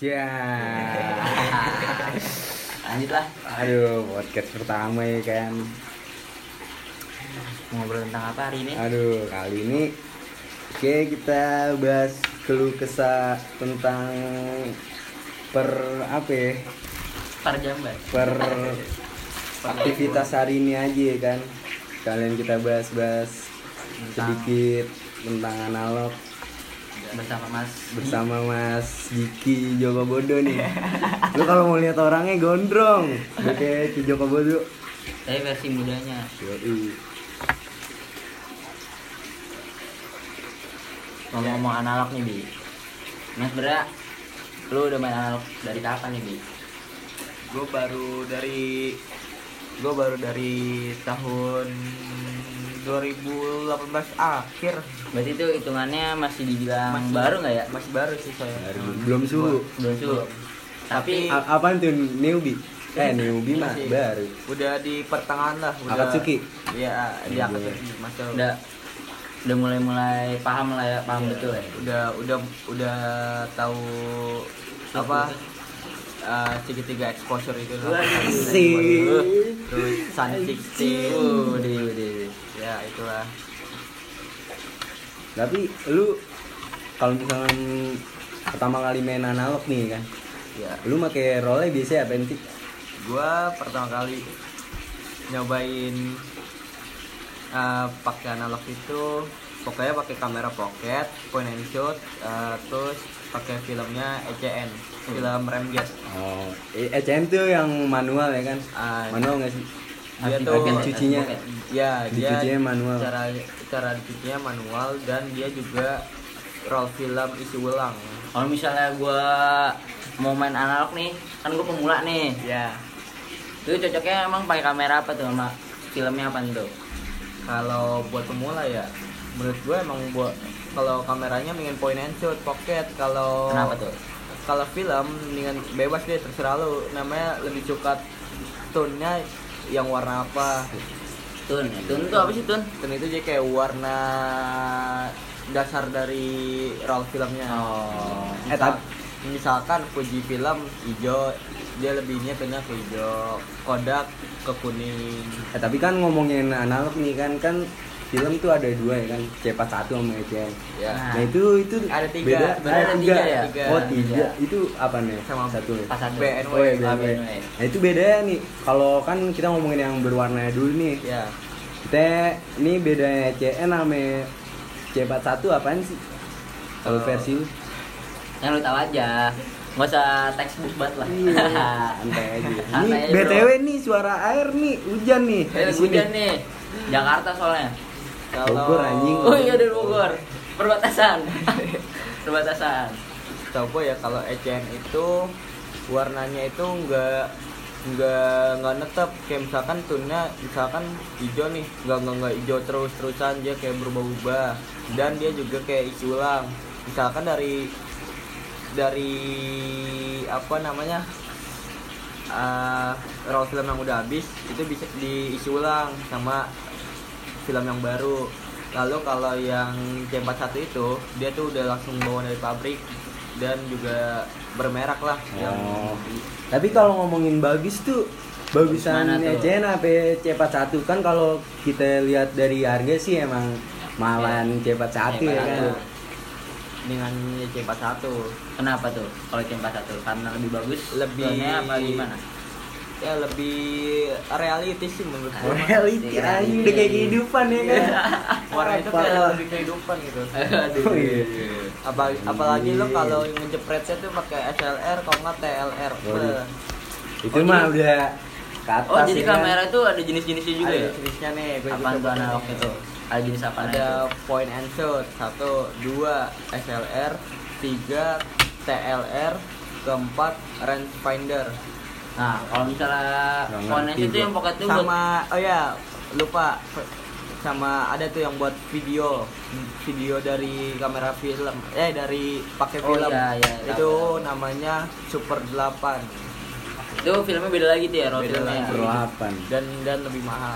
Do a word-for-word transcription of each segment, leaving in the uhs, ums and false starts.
Ya. Lanjutlah. Aduh, podcast pertama ya kan. Ngobrol tentang apa hari ini? Aduh, kali ini oke kita bahas keluh kesah tentang per apa ya? Perjamban. Per aktivitas hari ini aja ya kan. Kalian kita bahas-bahas sedikit tentang analog bersama Mas bersama Mas Diki Joko Bodo nih. Lu kalau mau lihat orangnya gondrong, udah kayak Ki Joko Bodo. Tapi versi mudanya. Yoi. Ngomong-ngomong analog nih, Bi. Mas Bra, lu udah main analog dari kapan nih, Bi? Gue baru dari gue baru dari tahun dua ribu delapan belas akhir. Berarti itu hitungannya masih dibilang Masih- baru nggak ya? Masih baru sih saya. Belum suhu. Belum suhu. Tapi A- apaan tuh newbie? Eh newbie mah Masih. baru. Udah di pertengahan lah. Udah, Akatsuki? Iya, di Iya. Akatsuki. Masuk. udah udah mulai-mulai paham lah ya, paham betul ya. Udah udah udah tahu apa uh, segitiga exposure itu lah. Asik. Terus Sun sixteen. Uh, di di. Ya, itulah. Tapi lu kalau misalnya pertama kali main analog nih kan, Ya, lu pakai rollnya biasanya apa sih? gua pertama kali nyobain uh, pakai analog itu pokoknya pakai kamera pocket, point and shoot, uh, terus pakai filmnya E C N, film Remget. Oh, E C N tuh yang manual ya kan? Uh, Manual nggak sih? dia Asli tuh pocket ya, cucinya. asli pocket. ya dia Dicucinya manual. cara cara dicucinya manual dan dia juga roll film isi ulang. Kalau misalnya gua mau main analog nih, kan gua pemula nih. Ya, Itu cocoknya emang pakai kamera apa tuh, sama filmnya apa tuh? kalau buat pemula ya menurut gue emang buat kalau kameranya mendingan point and shoot pocket. Kalau Kenapa tuh? kalau film mendingan bebas deh, terserah lu, namanya lebih suka tone-nya yang warna apa. Tun, tun tuh apa sih tun? Tone itu jadi kayak warna dasar dari roll filmnya. Oh. Eh, Misal- tapi- misalkan Fuji film hijau, dia lebihnya tone ke hijau, Kodak ke kuning. Eh tapi kan ngomongin analog nih kan kan film tuh ada dua ya kan, C empat puluh satu sama E C N. Ya, Nah itu itu Ada tiga. beda. Sebenarnya Ah, ada tiga ya? Tiga. Oh tiga. Tiga. Itu apa nih? Sama satu. Ya? Pas satu. B N W. Oh ya, Ah, B N W. B N W. Nah itu bedanya nih. Kalau kan kita ngomongin yang berwarna dulu nih. Ya, Kita ini bedanya E C N sama C empat puluh satu apaan sih? Kalau Oh. versi lu? Yang lu tahu aja. Nggak usah textbook banget lah. Iya, santai aja. Ini Santai aja, B T W bro. nih suara air nih, hujan nih. Eh, di sini. hujan nih. Jakarta soalnya. kalau Bogor, anjing. Oh iya dari Bogor. Perbatasan. Perbatasan. tau gue ya, kalau E C N itu warnanya itu enggak enggak enggak netep. Kayak misalkan tone-nya misalkan hijau nih, enggak enggak enggak hijau terus-terusan, dia kayak berubah-ubah. Dan dia juga kayak isi ulang. Misalkan dari dari apa namanya? Uh, roll film yang udah habis itu bisa diisi ulang sama film yang baru. Lalu kalau yang C empat puluh satu itu dia tuh udah langsung bawa dari pabrik dan juga bermerek lah. Yang Oh. Tapi kalau ngomongin bagus tuh bagusan Mana tuh? E C N apa C empat puluh satu kan kalau kita lihat dari harga sih emang malan C empat puluh satu ya kan. C empat puluh satu. dengan C empat puluh satu Kenapa tuh kalau C empat puluh satu? Karena lebih bagus? Lebih- filmnya apa gimana? ya lebih realistis sih menurut gue. Reality anjing udah kayak kehidupan ya kan. Warna itu Parah. kayak lebih kehidupan gitu. Aduh. Oh, iya. Apa, apalagi lo kalau ngejepretnya tuh pakai S L R kalau nggak T L R. Oh, iya. Itu Oh, mah jadi- udah ke atas Oh jadi ya kan. kamera itu ada jenis-jenisnya juga Ada ya? jenisnya nih, gue Apaan tuh analog itu? Ada jenis apa Ada point and shoot, satu, dua S L R, tiga T L R, keempat range finder. Nah kalau misalnya Nggak phone ngerti itu gua. yang pocket itu buat Sama oh ya lupa, sama ada tuh yang buat video video dari kamera film, eh dari pakai Oh, film. iya, iya, itu tahu, tahu. namanya Super delapan itu filmnya beda lagi tuh ya, roll Beda filmnya. lagi. Berlapan. dan dan lebih mahal.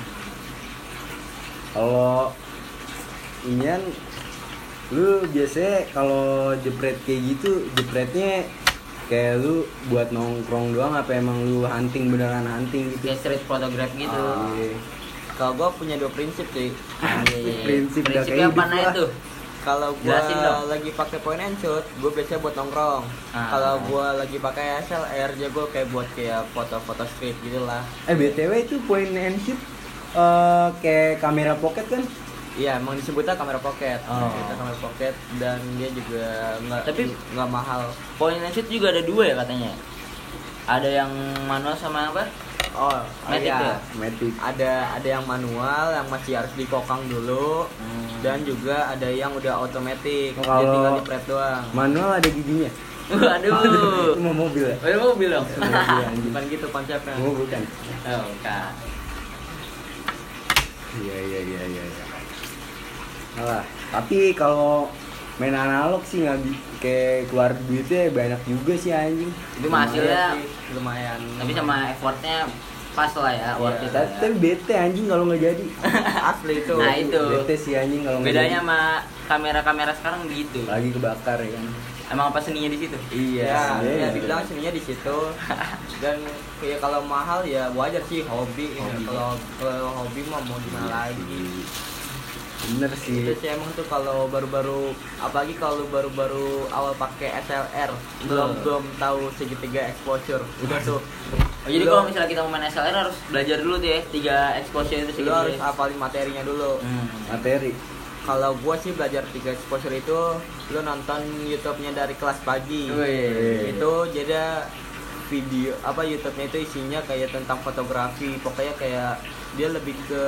Kalau Inyan lu biasanya kalau jepret kayak gitu jepretnya kayak lu buat nongkrong doang apa emang lu hunting beneran hunting gitu? Kayak street photograph gitu. Oh, iya. Kalau gua punya dua prinsip sih. Prinsip udah kayak Prinsipnya apa hidup nah lah. itu? Kalau Jelasin gua dong. lagi pakai point and shoot, gua biasanya buat nongkrong. Ah. Kalau gua lagi pakai S L R, ya gua kayak buat kayak foto-foto street gitu lah. Eh B T W itu point and shoot eh, kayak kamera pocket kan? Iya, emang disebutnya kamera pocket. Oh. Kita kamera pocket dan dia juga nggak Tapi- nggak mahal. Point and shoot juga ada dua ya katanya. Ada yang manual sama apa? Oh, Matic iya. ya? Matic. Ada ada yang manual yang masih harus dikokang dulu. Hmm. Dan juga ada yang udah otomatis, Oh, dia kalau- tinggal di prep doang. Manual ada giginya. Waduh. Itu mau mobil ya? Ada mobil dong. Mobil, anjing. Bukan gitu konsepnya. Oh, bukan. Oh, bukan. Iya iya iya iya. iya. Alah, tapi kalau main analog sih nggak bi- kayak keluar duitnya banyak juga sih anjing. Itu mah hasilnya, lumayan. tapi sama effortnya pas lah ya, worth it. Tapi, tapi bete anjing kalau nggak jadi. Asli itu. Nah, itu. Bete sih anjing kalau nggak Bedanya jadi. sama kamera-kamera sekarang begitu. Lagi kebakar ya kan. Emang apa seninya di situ? Iya, Iya, ya iya. dibilang sininya di situ. Dan ya kalau mahal ya wajar sih hobi. Ya, Hobi. kalau kalau hobi mah mau gimana lagi. Bener sih. Itu sih emang tuh kalau baru-baru apalagi kalau baru-baru awal pakai S L R belum Betul. belum tahu segitiga exposure udah tuh. Oh, jadi Lu- kalau misalnya kita mau main S L R harus belajar dulu tuh ya, tiga exposure itu lu segitu harus ya. hafalin materinya dulu. Hmm. Materi. Kalau gua sih belajar tiga exposure itu lu nonton YouTube-nya dari kelas pagi. Wih. Itu jadi video apa YouTube-nya itu isinya kayak tentang fotografi, pokoknya kayak dia lebih ke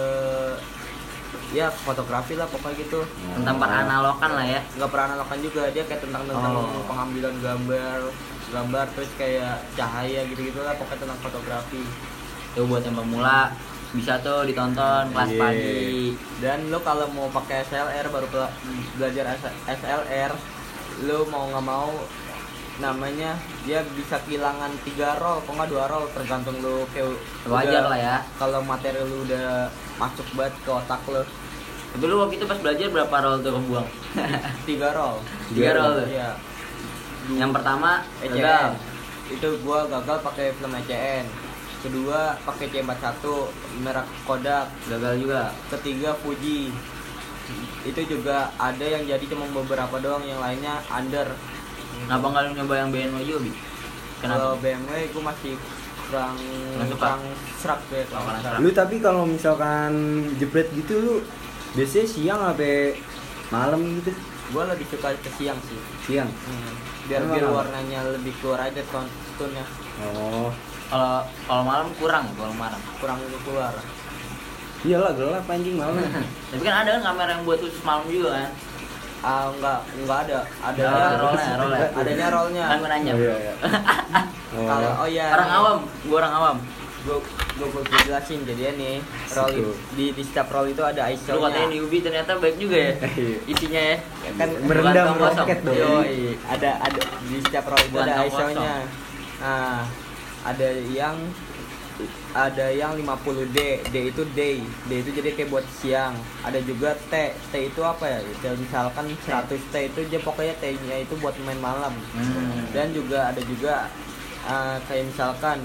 ya fotografi lah pokoknya gitu. Tentang peranalogan lah ya. Nggak pernah lakukan juga, dia kayak tentang tentang Oh. pengambilan gambar gambar terus kayak cahaya gitu-gitu lah pokoknya tentang fotografi. Tuh buat yang pemula bisa tuh ditonton kelas Iya. pagi. Dan lo kalau mau pakai S L R baru pela- belajar S L R, lo mau nggak mau namanya dia bisa kehilangan tiga roll, kok nggak dua roll tergantung lo kayak Wajar udah- lah ya. Kalau materi lo udah masuk banget ke otak lo, Tapi lu waktu itu pas belajar berapa roll tuh kebuang? tiga roll. Tiga roll tuh. Iya. Yang pertama E C N. gagal. Itu gua gagal pakai film E C N. Kedua pakai C empat puluh satu merek Kodak. Gagal juga. Ketiga Fuji. Itu juga ada yang jadi cuma beberapa doang, yang lainnya under. Kenapa nggak lu nyoba yang B N W juga, Bi? Kalau Kenapa? B M W gue masih kurang Nggak suka? kurang serak deh Oh, kurang kurang serak. Lu tapi kalau misalkan jepret gitu lu biasanya siang apa malam gitu? Gue lebih suka ke siang sih. Siang. Hmm. Biar Emang biar apa? warnanya lebih keluar aja ton tonnya, Oh. Kalau kalau malam kurang, kalau malam. kurang keluar. Iyalah gelap anjing malam. Tapi kan ada kan kamera yang buat khusus malam juga kan? Ah enggak enggak ada. Ada Oh, rollnya, rollnya. adanya rollnya. Kan gue nanya. Oh, iya, iya. Oh. Kalau oh ya Orang awam, gua orang awam. gue gue gue jelasin jadi nih roll Situ. i- di di setiap roll itu ada I S Lu katanya O-nya. newbie ternyata baik juga ya. Iya. Isinya ya. Ya kan Merendam Bukan tong kosong. roket dong. Yoi, ada ada di setiap roll itu Bukan ada tong I S O-nya. Nah, ada yang ada yang lima puluh D, D itu day, D itu jadi kayak buat siang. Ada juga T, T itu apa ya? Ya, misalkan seratus T itu dia pokoknya T-nya itu buat main malam. Hmm. Dan juga ada juga uh, kayak misalkan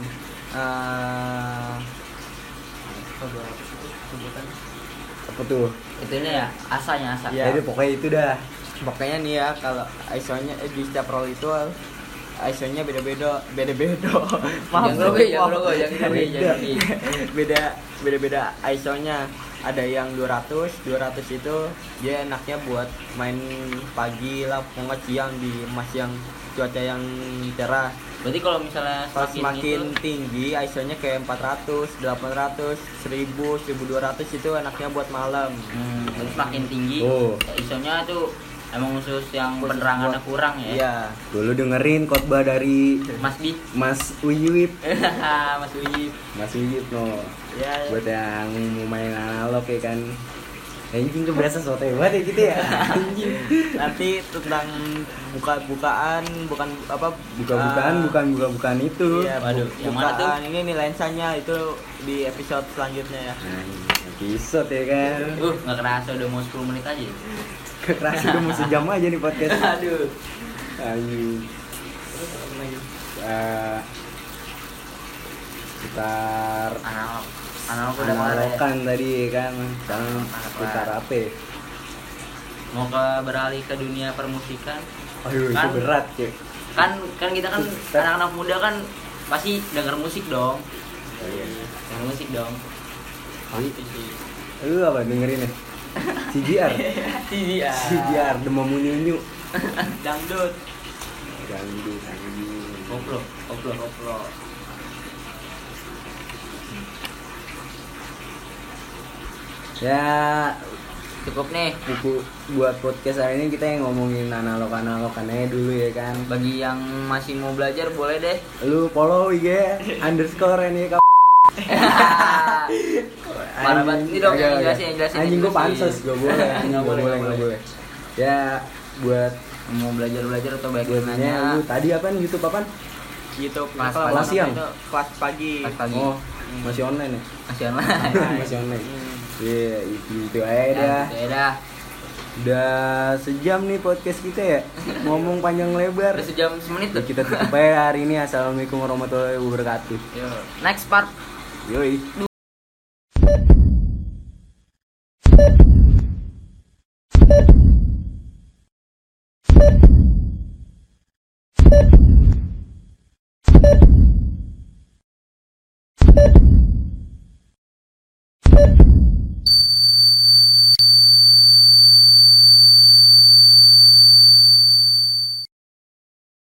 uh, apa gua sebutan? Apa tuh? Itunya ya, asanya asa. Iya. Jadi pokoknya itu dah. Pokoknya nih ya kalau I S O-nya eh, di setiap roll itu I S O-nya beda-beda, beda-beda. Jangan grogi, jangan grogi, jangan grogi, jangan grogi. Beda beda-beda I S O-nya. Ada yang dua ratus, dua ratus itu dia enaknya buat main pagi lah, pokoknya siang di mas yang cuaca yang cerah. Berarti kalau misalnya Kalau semakin, semakin itu, tinggi I S O-nya kayak empat ratus, delapan ratus, seribu, seribu dua ratus itu enaknya buat malam. hmm, terus semakin tinggi, Oh. I S O-nya tuh emang khusus yang Khusus penerangannya buat- kurang ya. Iya. Dulu dengerin khotbah dari Mas Bi. Mas Uyuip. Mas Uyi. Mas Uyuip no. Ya, Buat yang mau main analog ya kan. Anjing tuh berasa sotoy banget ya gitu ya. Anjing. nanti tentang buka-bukaan bukan apa Buka-bukaan ah, bukan buka-bukaan itu. iya, Waduh, bu- yang mana bukaan ini nih lensanya itu di episode selanjutnya ya. Nah, episode ya kan. Uh, nggak kerasa udah mau sepuluh menit aja. Kerasa udah mau sejam aja nih podcast. Aduh. Anjing. terus apa lagi? Eh, sekitar analog analog udah kelar ya. analogan tadi kan. Sekarang Analog sekitar kelar. apa ya? Mau ke beralih ke dunia permusikan Aduh, Kan- itu berat cuy. kan kan kita kan Kan- anak-anak muda kan pasti denger musik dong Iya. denger musik dong Pasti sih. Lu apa dengerin ya? C G R. iya C G R demam unyu. dangdut Ganggu, ganggu. koplo koplo koplo Ya, cukup nih buku buat podcast hari ini kita yang ngomongin analog-analogan aja dulu ya kan. bagi yang masih mau belajar boleh deh Lu follow I G underscore ini kau. Parah banget. Ini dong, yang jelasin, yang jelasin, Anjing yang gua jelasin. pansos, gak boleh, Nggak nggak boleh, boleh, nggak nggak boleh. boleh. Ya, buat mau belajar belajar atau baik buatnya nanya lu tadi apaan YouTube apaan? YouTube Kelas apa, kelas siang? itu kelas pagi. pas pagi Oh, masih online ya? masih online Masih online. Hmm. Iya, itu itu aja ya, dah. ya dah Udah sejam nih podcast kita ya. Ngomong panjang lebar. udah sejam semenit tuh Kita tutup aja hari ini. Assalamualaikum warahmatullahi wabarakatuh. Yo. Next part Yoi.